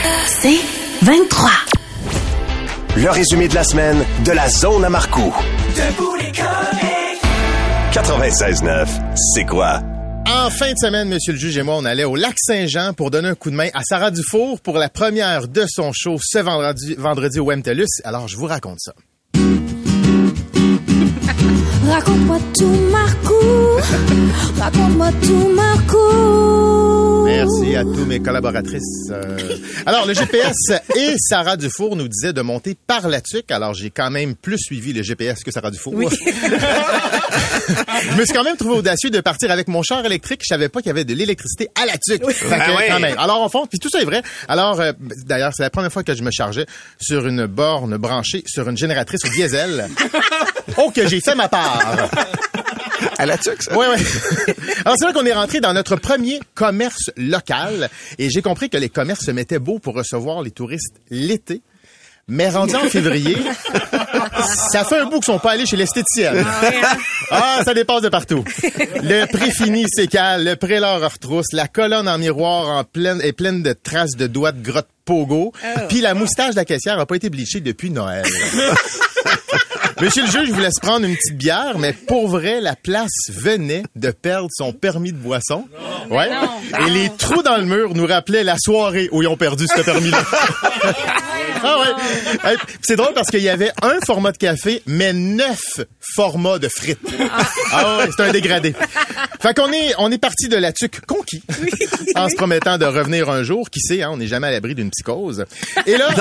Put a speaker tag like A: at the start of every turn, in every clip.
A: C'est 23.
B: Le résumé de la semaine de la zone à Marcoux.
C: Debout les comiques.
B: 96.9, c'est quoi?
D: En fin de semaine, Monsieur le juge et moi, on allait au Lac-Saint-Jean pour donner un coup de main à Sarah Dufour pour la première de son show ce vendredi au MTELUS. Alors, je vous raconte ça.
E: Raconte-moi tout, Marcoux. Raconte-moi tout, Marcoux.
D: Merci à tous mes collaboratrices. Alors, le GPS et Sarah Dufour nous disaient de monter par la tuque. Alors, j'ai quand même plus suivi le GPS que Sarah Dufour. Oui. Je me suis quand même trouvé audacieux de partir avec mon char électrique. Je savais pas qu'il y avait de l'électricité à la tuque. Oui. Quand même. Alors, on fonce, puis tout ça est vrai. Alors, d'ailleurs, c'est la première fois que je me chargeais sur une borne branchée sur une génératrice au diesel. Oh, que j'ai fait ma part!
B: À la tuque, ça?
D: Oui. Alors, c'est là qu'on est rentré dans notre premier commerce local et j'ai compris que les commerces se mettaient beaux pour recevoir les touristes l'été. Mais rendu en février, ça fait un bout qu'ils sont pas allés chez l'esthéticienne. Ah, ça dépasse de partout. Le prix fini s'écale, le prélat retrousse, la colonne en miroir est pleine de traces de doigts de grotte pogo, puis la moustache de la caissière a pas été bleachée depuis Noël. Monsieur le juge, je vous laisse prendre une petite bière, mais pour vrai, la place venait de perdre son permis de boisson. Ouais. Et les trous dans le mur nous rappelaient la soirée où ils ont perdu ce permis-là. Ah ouais. C'est drôle parce qu'il y avait un format de café, mais 9 formats de frites. Ah ouais, c'est un dégradé. Fait qu'on est parti de la tuque conquis, en se promettant de revenir un jour. Qui sait, hein, on n'est jamais à l'abri d'une psychose. Et là,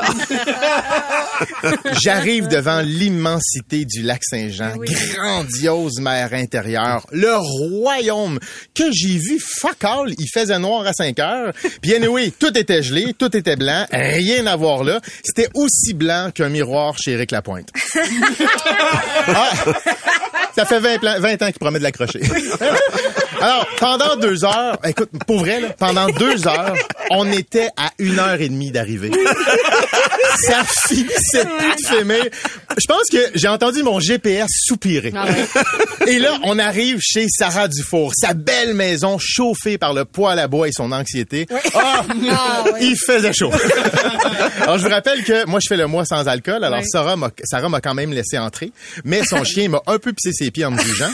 D: j'arrive devant l'immensité du Lac-Saint-Jean, grandiose mer intérieure, le royaume que j'ai vu fuck all, il faisait noir à 5 heures. Puis anyway, tout était gelé, tout était blanc, rien à voir là. C'était aussi blanc qu'un miroir chez Éric Lapointe. Ah, ça fait 20 ans qu'il promet de l'accrocher. Alors, pendant 2 heures, écoute, pour vrai, là, pendant 2 heures, on était à 1h30 d'arriver. Ça finissait plus de fémir. Je pense que j'ai entendu mon GPS soupirer. Ah ouais. Et là, on arrive chez Sarah Dufour, sa belle maison chauffée par le poêle à bois et son anxiété. Oui. Il faisait chaud. Alors, je vous rappelle que moi, je fais le mois sans alcool. Alors, Sarah m'a quand même laissé entrer, mais son chien m'a un peu pissé ses pieds en me jugeant.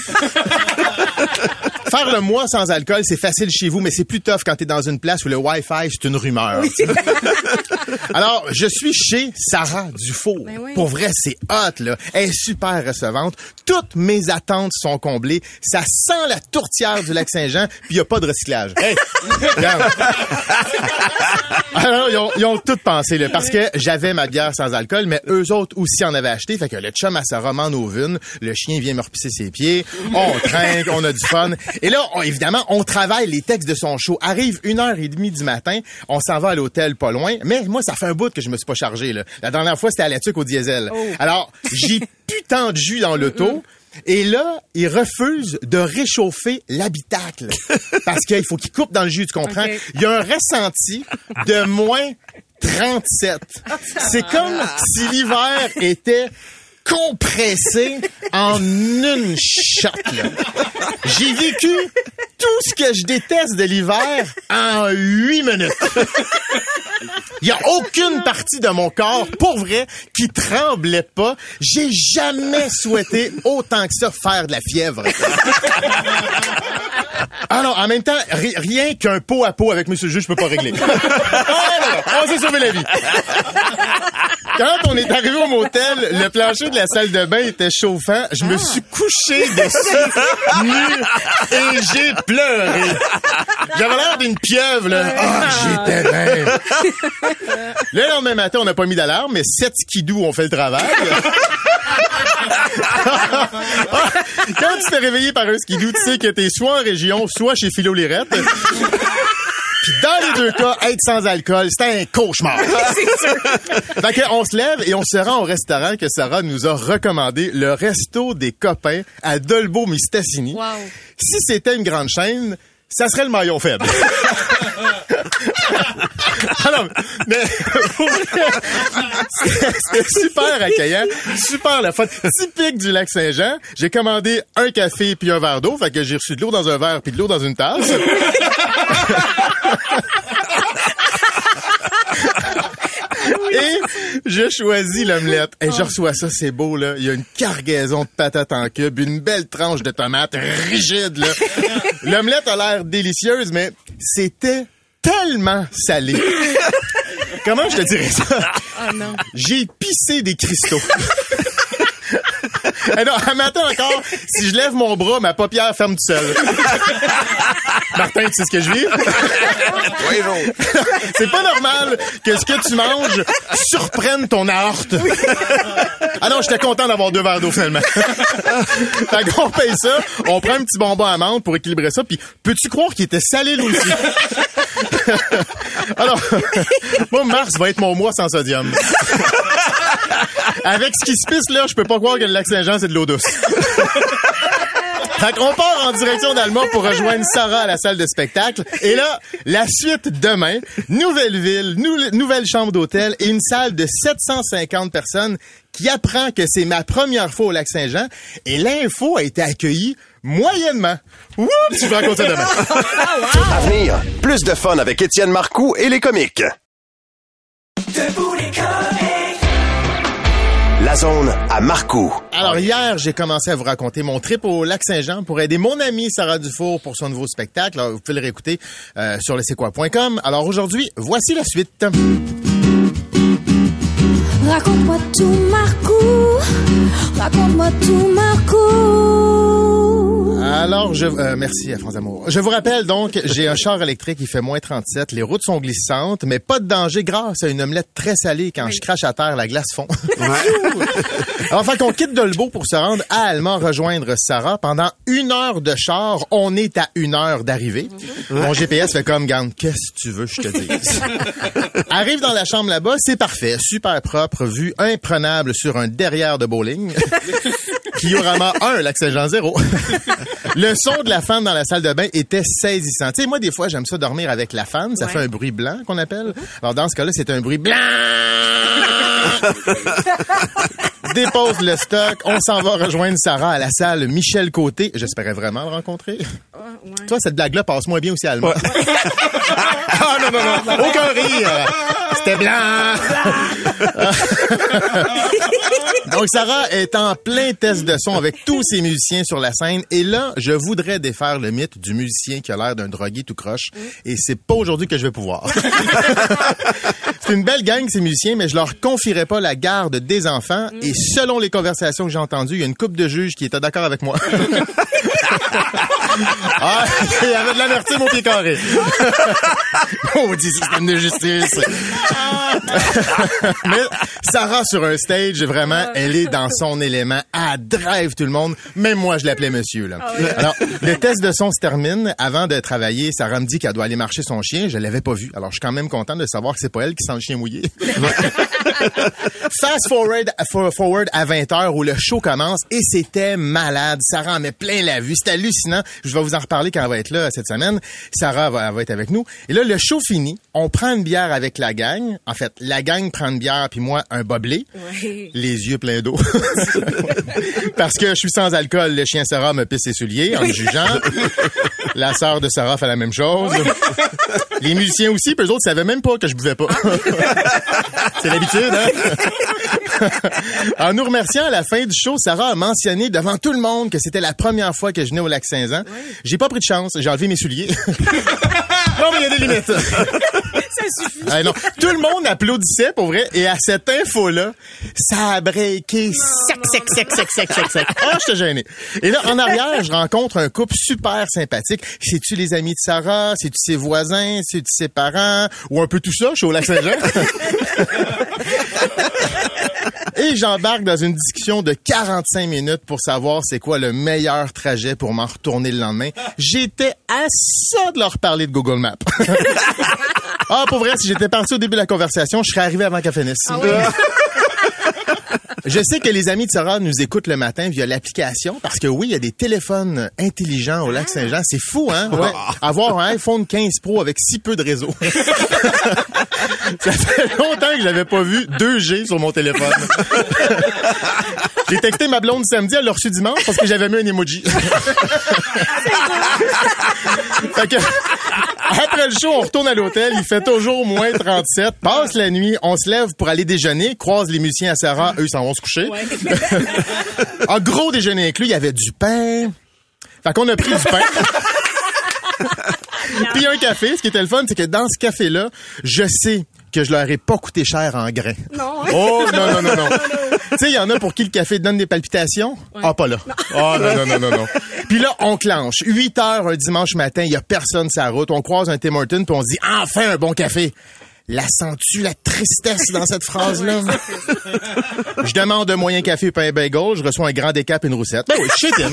D: Faire le mois sans alcool, c'est facile chez vous, mais c'est plus tough quand t'es dans une place où le Wi-Fi, c'est une rumeur. Oui. Alors, je suis chez Sarah Dufour. Oui. Pour vrai, c'est hot, là. Elle est super recevante. Toutes mes attentes sont comblées. Ça sent la tourtière du Lac-Saint-Jean, puis il y a pas de recyclage. Hey! Alors, ils ont tout pensé, là, parce que j'avais ma bière sans alcool, mais eux autres aussi en avaient acheté. Fait que le chum à Sarah m'en ouvre une. Le chien vient me repisser ses pieds. On trinque, on a du fun. Et là, évidemment, on travaille les textes de son show. Arrive 1h30 du matin, on s'en va à l'hôtel pas loin. Mais moi, ça fait un bout que je me suis pas chargé, là. La dernière fois, c'était à la tuque au diesel. Oh. Alors, j'ai plus tant de jus dans l'auto. Et là, il refuse de réchauffer l'habitacle. Parce qu'il faut qu'il coupe dans le jus, tu comprends? Okay. Il y a un ressenti de moins 37. C'est comme si l'hiver était compressé en une shot, là. J'ai vécu tout ce que je déteste de l'hiver en 8 minutes. Il y a aucune partie de mon corps, pour vrai, qui tremblait pas. J'ai jamais souhaité autant que ça faire de la fièvre. Alors, en même temps, rien qu'un pot à pot avec Monsieur le juge, je peux pas régler. On s'est sauvé la vie. Quand on est arrivé au motel, le plancher de la salle de bain était chauffant. Je me suis couché dessus, nu, et j'ai pleuré. J'avais l'air d'une pieuvre, là. J'étais bien. Le lendemain matin, on n'a pas mis d'alarme, mais 7 skidoo ont fait le travail. Quand tu t'es réveillé par un skidoo, tu sais que t'es soit en région, soit chez Philo Lirette. Puis dans les deux cas, être sans alcool, c'était un cauchemar. C'est sûr. Fait qu'on se lève et on se rend au restaurant que Sarah nous a recommandé, le Resto des Copains à Dolbeau-Mistassini. Wow. Si c'était une grande chaîne, ça serait le maillon faible. Alors, mais c'était super accueillant, super le fun, typique du Lac-Saint-Jean. J'ai commandé un café puis un verre d'eau, fait que j'ai reçu de l'eau dans un verre puis de l'eau dans une tasse. Je choisis l'omelette. Et je reçois ça, c'est beau, là. Il y a une cargaison de patates en cube, une belle tranche de tomates rigide, là. L'omelette a l'air délicieuse, mais c'était tellement salé. Comment je te dirais ça?
F: Oh non.
D: J'ai pissé des cristaux. Et non, un matin encore, si je lève mon bras, ma paupière ferme toute seule. Martin, tu sais ce que je vis?
G: Oui, non.
D: C'est pas normal que ce que tu manges surprenne ton aorte. Ah non, j'étais content d'avoir 2 verres d'eau finalement. Fait qu'on paye ça, on prend un petit bonbon à menthe pour équilibrer ça, puis peux-tu croire qu'il était salé lui aussi? Alors, moi, mars va être mon mois sans sodium. Avec ce qui se pisse là, je peux pas croire que le lac Saint-Jean, c'est de l'eau douce. Fait qu'on part en direction d'Alma pour rejoindre Sarah à la salle de spectacle. Et là, la suite demain, nouvelle ville, nouvelle chambre d'hôtel et une salle de 750 personnes qui apprend que c'est ma première fois au lac Saint-Jean. Et l'info a été accueillie moyennement. Oups, je vous raconte ça demain.
B: À venir, plus de fun avec Étienne Marcoux et les comiques.
C: Debout les comiques.
B: La zone à Marcoux.
D: Alors hier, j'ai commencé à vous raconter mon trip au lac Saint-Jean pour aider mon amie Sarah Dufour pour son nouveau spectacle. Alors, vous pouvez le réécouter sur le c'est-quoi.com. Alors aujourd'hui, voici la suite.
E: Raconte-moi tout, Marcoux. Raconte-moi tout, Marcoux.
D: Alors, merci à France Amour. Je vous rappelle donc, j'ai un char électrique, il fait moins 37, les routes sont glissantes, mais pas de danger grâce à une omelette très salée. Quand je crache à terre, la glace fond. Alors, fait qu'on quitte Dolbeau pour se rendre à Alma rejoindre Sarah. Pendant 1 heure de char, on est à 1 heure d'arrivée. Mon GPS fait comme, garde, qu'est-ce que tu veux, je te dis. Arrive dans la chambre là-bas, c'est parfait, super propre, vue imprenable sur un derrière de bowling. Kiorama 1, lac Saint-Jean 0. Le son de la fan dans la salle de bain était saisissant. Tu sais, moi, des fois, j'aime ça dormir avec la fan. Ça fait un bruit blanc qu'on appelle. Alors, dans ce cas-là, c'est un bruit blanc. Dépose le stock. On s'en va rejoindre Sarah à la salle Michel Côté. J'espérais vraiment le rencontrer.
F: Ouais.
D: Toi, cette blague-là passe moins bien aussi à Alma. Ah non. Aucun rire. C'était blanc. Donc, Sarah est en plein test de son avec tous ses musiciens sur la scène. Et là, je voudrais défaire le mythe du musicien qui a l'air d'un drogué tout croche. Et c'est pas aujourd'hui que je vais pouvoir. C'est une belle gang, ces musiciens, mais je leur confierai pas la garde des enfants. Et selon les conversations que j'ai entendues, il y a une couple de juges qui étaient d'accord avec moi. Ah, il y avait de l'amertume au pied carré. On dit système de justice. Mais Sarah sur un stage, vraiment, elle est dans son élément. Elle drive tout le monde. Même moi, je l'appelais monsieur, là. Alors, le test de son se termine. Avant de travailler, Sarah me dit qu'elle doit aller marcher son chien. Je l'avais pas vu. Alors, je suis quand même content de savoir que c'est pas elle qui sent le chien mouillé. Fast forward à 20h où le show commence et c'était malade. Sarah en met plein la vue. C'est hallucinant. Je vais vous en reparler quand elle va être là cette semaine. Sarah va être avec nous. Et là, le show finit. On prend une bière avec la gang. En fait, la gang prend une bière puis moi, un boblé.
F: Ouais.
D: Les yeux pleins d'eau. Parce que je suis sans alcool. Le chien Sarah me pisse ses souliers en me jugeant. La sœur de Sarah fait la même chose. Les musiciens aussi, puis eux autres savaient même pas que je buvais pas. C'est l'habitude, hein? En nous remerciant à la fin du show, Sarah a mentionné devant tout le monde que c'était la première fois que je venais au lac Saint-Jean. J'ai pas pris de chance, j'ai enlevé mes souliers. Non, mais il y a des limites.
F: Ça suffit.
D: Ah, non. Tout le monde applaudissait, pour vrai, et à cette info-là, ça a breaké sec. Ah, j'étais gêné. Et là, en arrière, je rencontre un couple super sympathique. C'est-tu les amis de Sarah? C'est-tu ses voisins? C'est-tu ses parents? Ou un peu tout ça, je suis au lac Saint-Jean. Et j'embarque dans une discussion de 45 minutes pour savoir c'est quoi le meilleur trajet pour m'en retourner le lendemain. J'étais à ça de leur parler de Google Maps. Ah, pour vrai, si j'étais parti au début de la conversation, je serais arrivé avant qu'elle finisse.
F: Ah oui.
D: Je sais que les amis de Sarah nous écoutent le matin via l'application parce que oui, il y a des téléphones intelligents au lac Saint-Jean. C'est fou, hein? Ouais. Avoir un iPhone 15 Pro avec si peu de réseau. Ça fait longtemps que je n'avais pas vu 2G sur mon téléphone. J'ai texté ma blonde samedi, elle l'a reçu dimanche parce que j'avais mis un emoji. Fait que, après le show, on retourne à l'hôtel, il fait toujours moins 37, passe la nuit, on se lève pour aller déjeuner, croise les musiciens à Sarah, eux, ils s'en vont se coucher.
F: Ouais.
D: En gros déjeuner inclus, il y avait du pain. Fait qu'on a pris du pain. Puis un café. Ce qui était le fun, c'est que dans ce café-là, je sais que je leur ai pas coûté cher en grains.
F: Non.
D: Oh, non. Tu sais, il y en a pour qui le café donne des palpitations. Ouais. Ah, pas là. Oh, non. Puis là, on clenche. 8 heures un dimanche matin, il y a personne sur la route. On croise un Tim Hortons, puis on se dit, enfin un bon café. La sens-tu, la tristesse dans cette phrase-là? Je demande un moyen café pain bagel, je reçois un grand décap et une roussette. Ben oui, chez Tim.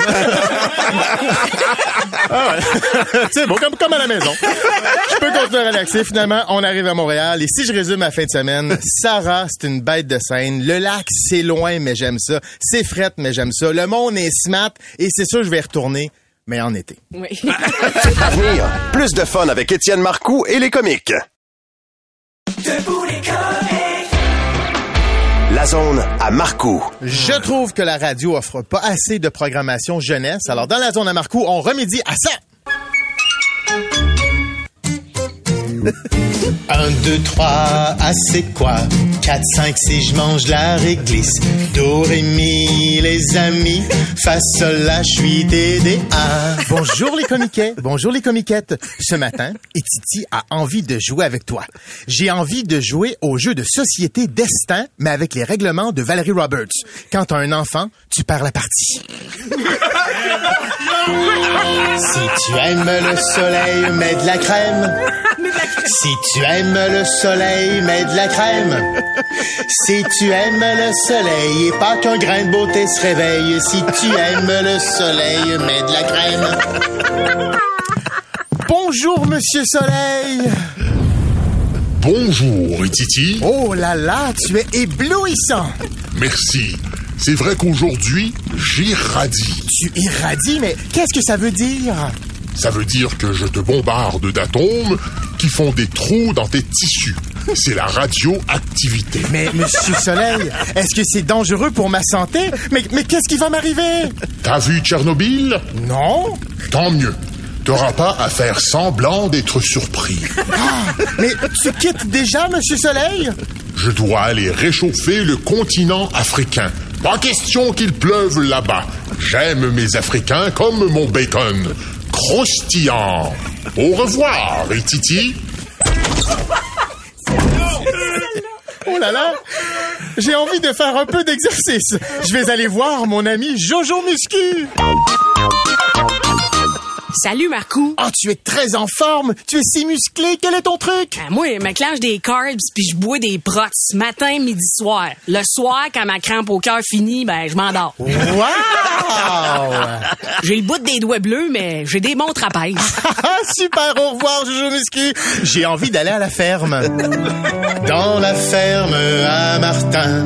D: Ah ouais. C'est beau, comme à la maison. Je peux continuer à relaxer. Finalement, on arrive à Montréal. Et si je résume ma fin de semaine, Sarah, c'est une bête de scène. Le lac, c'est loin, mais j'aime ça. C'est frette, mais j'aime ça. Le monde est smart. Et c'est sûr, je vais y retourner, mais en été.
F: Oui.
B: À venir, plus de fun avec Étienne Marcoux et les comiques.
C: Debout les comiques.
B: La zone à Marcoux.
D: Je trouve que la radio offre pas assez de programmation jeunesse. Alors, dans la zone à Marcoux, on remédie à ça.
H: 1, 2, 3, ah c'est quoi? 4, 5, 6, je mange la réglisse. Do, ré, mi, les amis. Fa, sol, la, je suis DDA.
D: Bonjour les comiquets, bonjour les comiquettes. Ce matin, Titi a envie de jouer avec toi. J'ai envie de jouer au jeu de société Destin, mais avec les règlements de Valérie Roberts. Quand t'as un enfant, tu perds la partie.
H: Si tu aimes le soleil, mets de la crème. Si tu aimes le soleil, mets de la crème. Si tu aimes le soleil et pas qu'un grain de beauté se réveille. Si tu aimes le soleil, mets de la crème.
D: Bonjour Monsieur Soleil.
I: Bonjour, Titi.
D: Oh là là, tu es éblouissant.
I: Merci. C'est vrai qu'aujourd'hui, j'irradie.
D: Tu irradies, mais qu'est-ce que ça veut dire?
I: Ça veut dire que je te bombarde d'atomes qui font des trous dans tes tissus. C'est la radioactivité.
D: Mais Monsieur Soleil, est-ce que c'est dangereux pour ma santé? Mais qu'est-ce qui va m'arriver?
I: T'as vu Tchernobyl?
D: Non.
I: Tant mieux. T'auras pas à faire semblant d'être surpris.
D: Ah, mais tu quittes déjà, Monsieur Soleil?
I: Je dois aller réchauffer le continent africain. Pas question qu'il pleuve là-bas. J'aime mes Africains comme mon bacon. Croustillant. Au revoir, Titi.
D: Oh là là, j'ai envie de faire un peu d'exercice. Je vais aller voir mon ami Jojo Muscu.
F: Salut, Marcoux.
D: Oh, tu es très en forme. Tu es si musclé. Quel est ton truc?
F: Moi, je me clenche des carbs puis je bois des prots matin, midi, soir. Le soir, quand ma crampe au cœur finit, je m'endors.
D: Wow!
F: J'ai le bout des doigts bleus, mais j'ai des bons trapèzes.
D: Super, au revoir, Jojo Muscu. J'ai envie d'aller à la ferme.
H: Dans la ferme à Martin,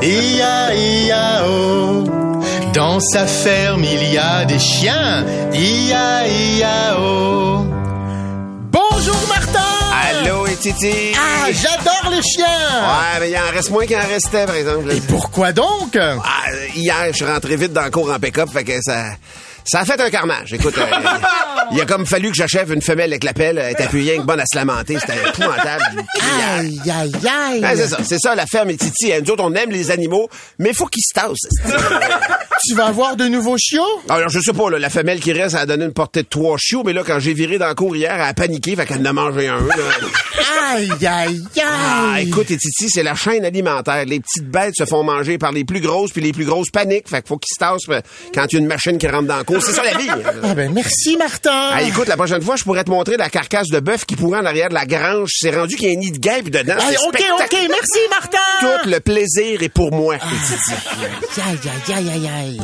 H: ia-ia-o. Dans sa ferme, il y a des chiens, ia-ia-o.
D: Bonjour, Martin!
G: Allô, et Titi?
D: Ah, j'adore les chiens!
G: Ouais, mais il en reste moins qu'il en restait, par exemple.
D: Et pourquoi donc?
G: Hier, je suis rentré vite dans le cours en pick-up, fait que ça a fait un carnage. Écoute, il a comme fallu que j'achève une femelle avec la pelle. Elle était plus rien que bonne à se lamenter. C'était épouvantable.
D: Aïe, aïe, aïe.
G: Ouais, c'est ça, la ferme et Titi. Nous autres, on aime les animaux, mais il faut qu'ils se tassent.
D: Tu vas avoir de nouveaux chiots?
G: Alors, je sais pas, là, la femelle qui reste, elle a donné une portée de 3 chiots, mais là, quand j'ai viré dans le cours hier, elle a paniqué, fait qu'elle en a mangé un, là.
D: Aïe, aïe, aïe.
G: Ah, écoute, et Titi, c'est la chaîne alimentaire. Les petites bêtes se font manger par les plus grosses, puis les plus grosses paniquent. Fait qu'il faut qu'ils se tassent quand il y a une machine qui rentre dans le cours. C'est ça, la vie.
D: Ah ben, merci, Martin.
G: Ah, écoute, la prochaine fois, je pourrais te montrer la carcasse de bœuf qui pourrait en arrière de la grange. C'est rendu qu'il y a un nid de guêpe dedans.
D: Aïe, OK, merci, Martin.
G: Tout le plaisir est pour moi, Titi.
D: Aïe, aïe, aïe, aïe, aïe.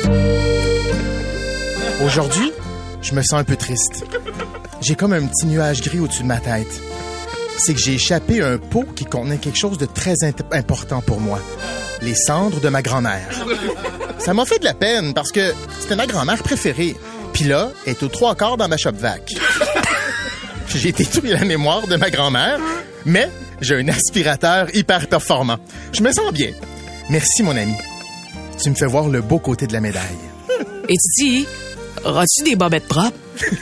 D: Aujourd'hui, je me sens un peu triste. J'ai comme un petit nuage gris au-dessus de ma tête. C'est que j'ai échappé un pot qui contenait quelque chose de très important pour moi. Les cendres de ma grand-mère. Ça m'a fait de la peine parce que c'était ma grand-mère préférée. Puis là, elle est aux 3/4 dans ma shop vac. J'ai détruit la mémoire de ma grand-mère, mais j'ai un aspirateur hyper performant. Je me sens bien. Merci, mon ami. Tu me fais voir le beau côté de la médaille.
F: Et Titi, auras-tu des bobettes propres?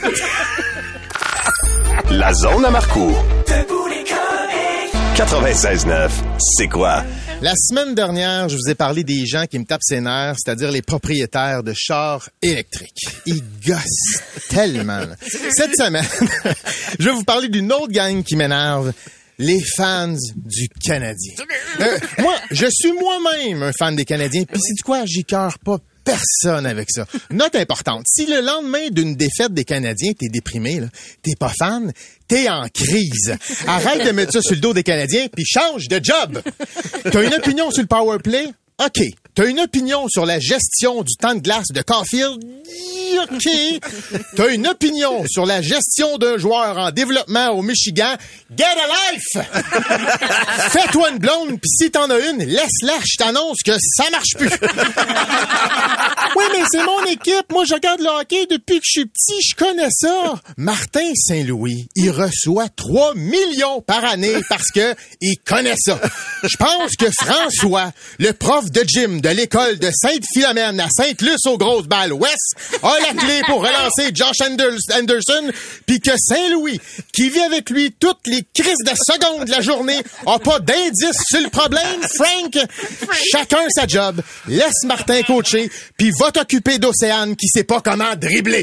B: La zone à Marcoux.
C: Debout les comiques.
B: 96.9, c'est quoi?
D: La semaine dernière, je vous ai parlé des gens qui me tapent ses nerfs, c'est-à-dire les propriétaires de chars électriques. Ils gossent tellement. Cette semaine, je vais vous parler d'une autre gang qui m'énerve. Les fans du Canadien. Moi, je suis moi-même un fan des Canadiens, puis c'est du quoi, j'y cœur pas personne avec ça. Note importante, si le lendemain d'une défaite des Canadiens, t'es déprimé, là, t'es pas fan, t'es en crise. Arrête de mettre ça sur le dos des Canadiens, puis change de job. T'as une opinion sur le power play? OK. T'as une opinion sur la gestion du temps de glace de Caulfield? OK. T'as une opinion sur la gestion d'un joueur en développement au Michigan? Get a life! Fais-toi une blonde, puis si t'en as une, laisse-la, je t'annonce que ça marche plus. Oui, mais c'est mon équipe. Moi, je regarde le hockey depuis que je suis petit. Je connais ça. Martin Saint-Louis, il reçoit 3 millions par année parce que il connaît ça. Je pense que François, le prof de gym de l'école de Sainte-Philomène à Sainte-Luce aux grosses balles ouest, a la clé pour relancer Josh Anderson, puis que Saint-Louis, qui vit avec lui toutes les crises de secondes de la journée, a pas d'indice sur le problème. Frank, chacun sa job. Laisse Martin coacher, puis va t'occuper d'Océane qui sait pas comment dribbler.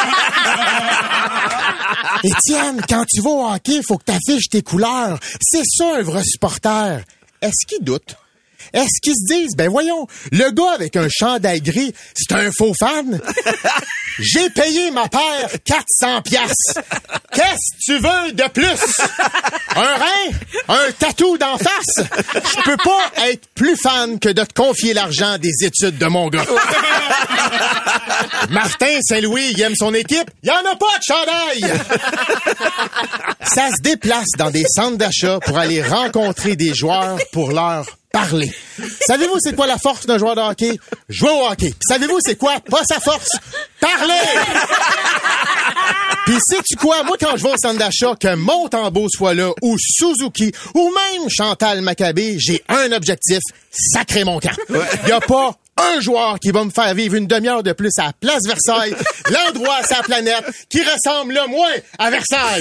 D: Étienne, quand tu vas au hockey, faut que t'affiches tes couleurs. C'est ça un vrai supporter. Est-ce qu'ils doutent? Est-ce qu'ils se disent, ben voyons, le gars avec un chandail gris, c'est un faux fan? J'ai payé ma paire 400 piastres. Qu'est-ce que tu veux de plus? Un rein? Un tatou d'en face? Je peux pas être plus fan que de te confier l'argent des études de mon gars. Martin Saint-Louis, il aime son équipe. Il y en a pas de chandail! Ça se déplace dans des centres d'achat pour aller rencontrer des joueurs pour leur parler. Savez-vous c'est quoi la force d'un joueur de hockey? Jouer au hockey. Puis savez-vous c'est quoi pas sa force? Parler! Puis sais-tu quoi? Moi, quand je vais au centre d'achat, que Montembeault soit là, ou Suzuki, ou même Chantal Maccabé, j'ai un objectif, sacrer mon camp. Il y a pas un joueur qui va me faire vivre une demi-heure de plus à la Place Versailles, l'endroit à sa planète qui ressemble le moins à Versailles.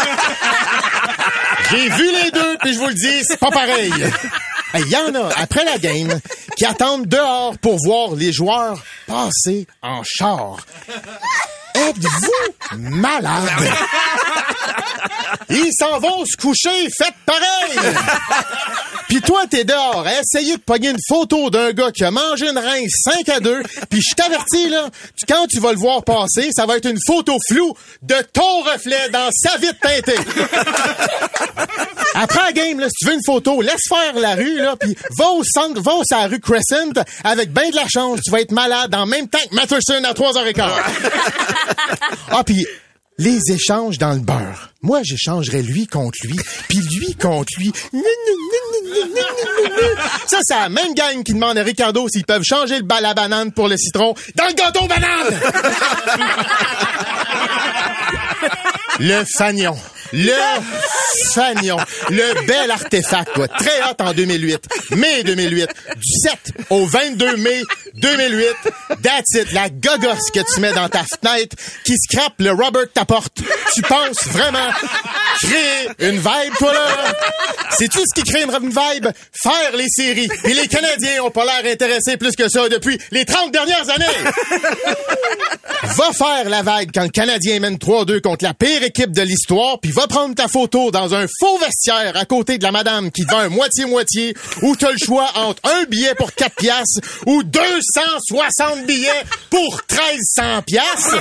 D: J'ai vu les deux, puis je vous le dis, c'est pas pareil. Il y en a, après la game, qui attendent dehors pour voir les joueurs passer en char. Êtes-vous malade? Ils s'en vont se coucher, faites pareil! Puis toi, t'es dehors à essayer de pogner une photo d'un gars qui a mangé une reine 5-2, puis je t'avertis, là, quand tu vas le voir passer, ça va être une photo floue de ton reflet dans sa vitre teintée. Après la game, là, si tu veux une photo, laisse faire la rue, là, puis va au centre, va sur la rue Crescent, avec ben de la chance, tu vas être malade en même temps que Matherson à 3h15. Ah, puis les échanges dans le beurre. Moi, j'échangerais lui contre lui, puis lui contre lui. Ça, c'est la même gang qui demande à Ricardo s'ils peuvent changer la banane pour le citron dans le gâteau banane! Le fanion. Le fanion. Le bel artefact, quoi. Très hot en 2008. Mai 2008. Du 7 au 22 mai 2008. That's it. La gogosse que tu mets dans ta fenêtre qui scrape le rubber que t'apportes. Tu penses vraiment créer une vibe, toi, là? Sais-tu ce qui crée une vibe? Faire les séries. Et les Canadiens ont pas l'air intéressés plus que ça depuis les 30 dernières années. Va faire la vague quand le Canadien mène 3-2 contre la pire équipe de l'histoire, puis va prendre ta photo dans un faux vestiaire à côté de la madame qui te vend un moitié-moitié, où t'as le choix entre un billet pour 4 piastres ou 260 billets pour 1300 piastres.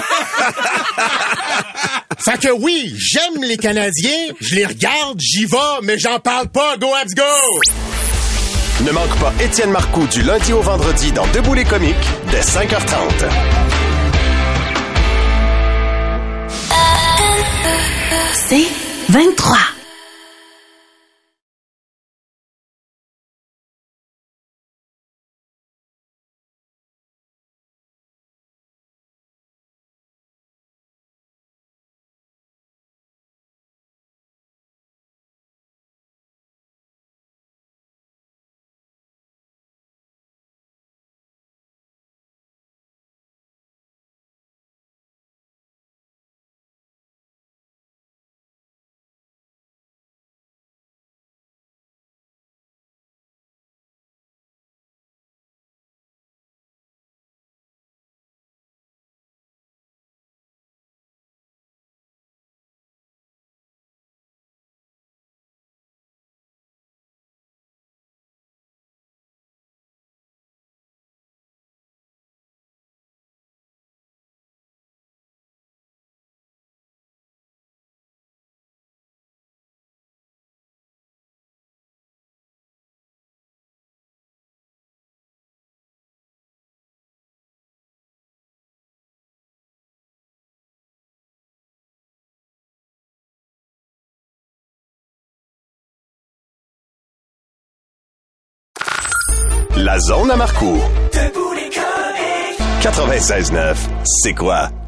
D: Fait que oui, j'aime les Canadiens, je les regarde, j'y vais, mais j'en parle pas. Go Habs Go!
B: Ne manque pas Étienne Marcoux du lundi au vendredi dans Debout les comiques dès 5h30.
A: C'est 23.
B: La zone à Marcoux.
C: Debout les comiques.
B: 96.9, c'est quoi?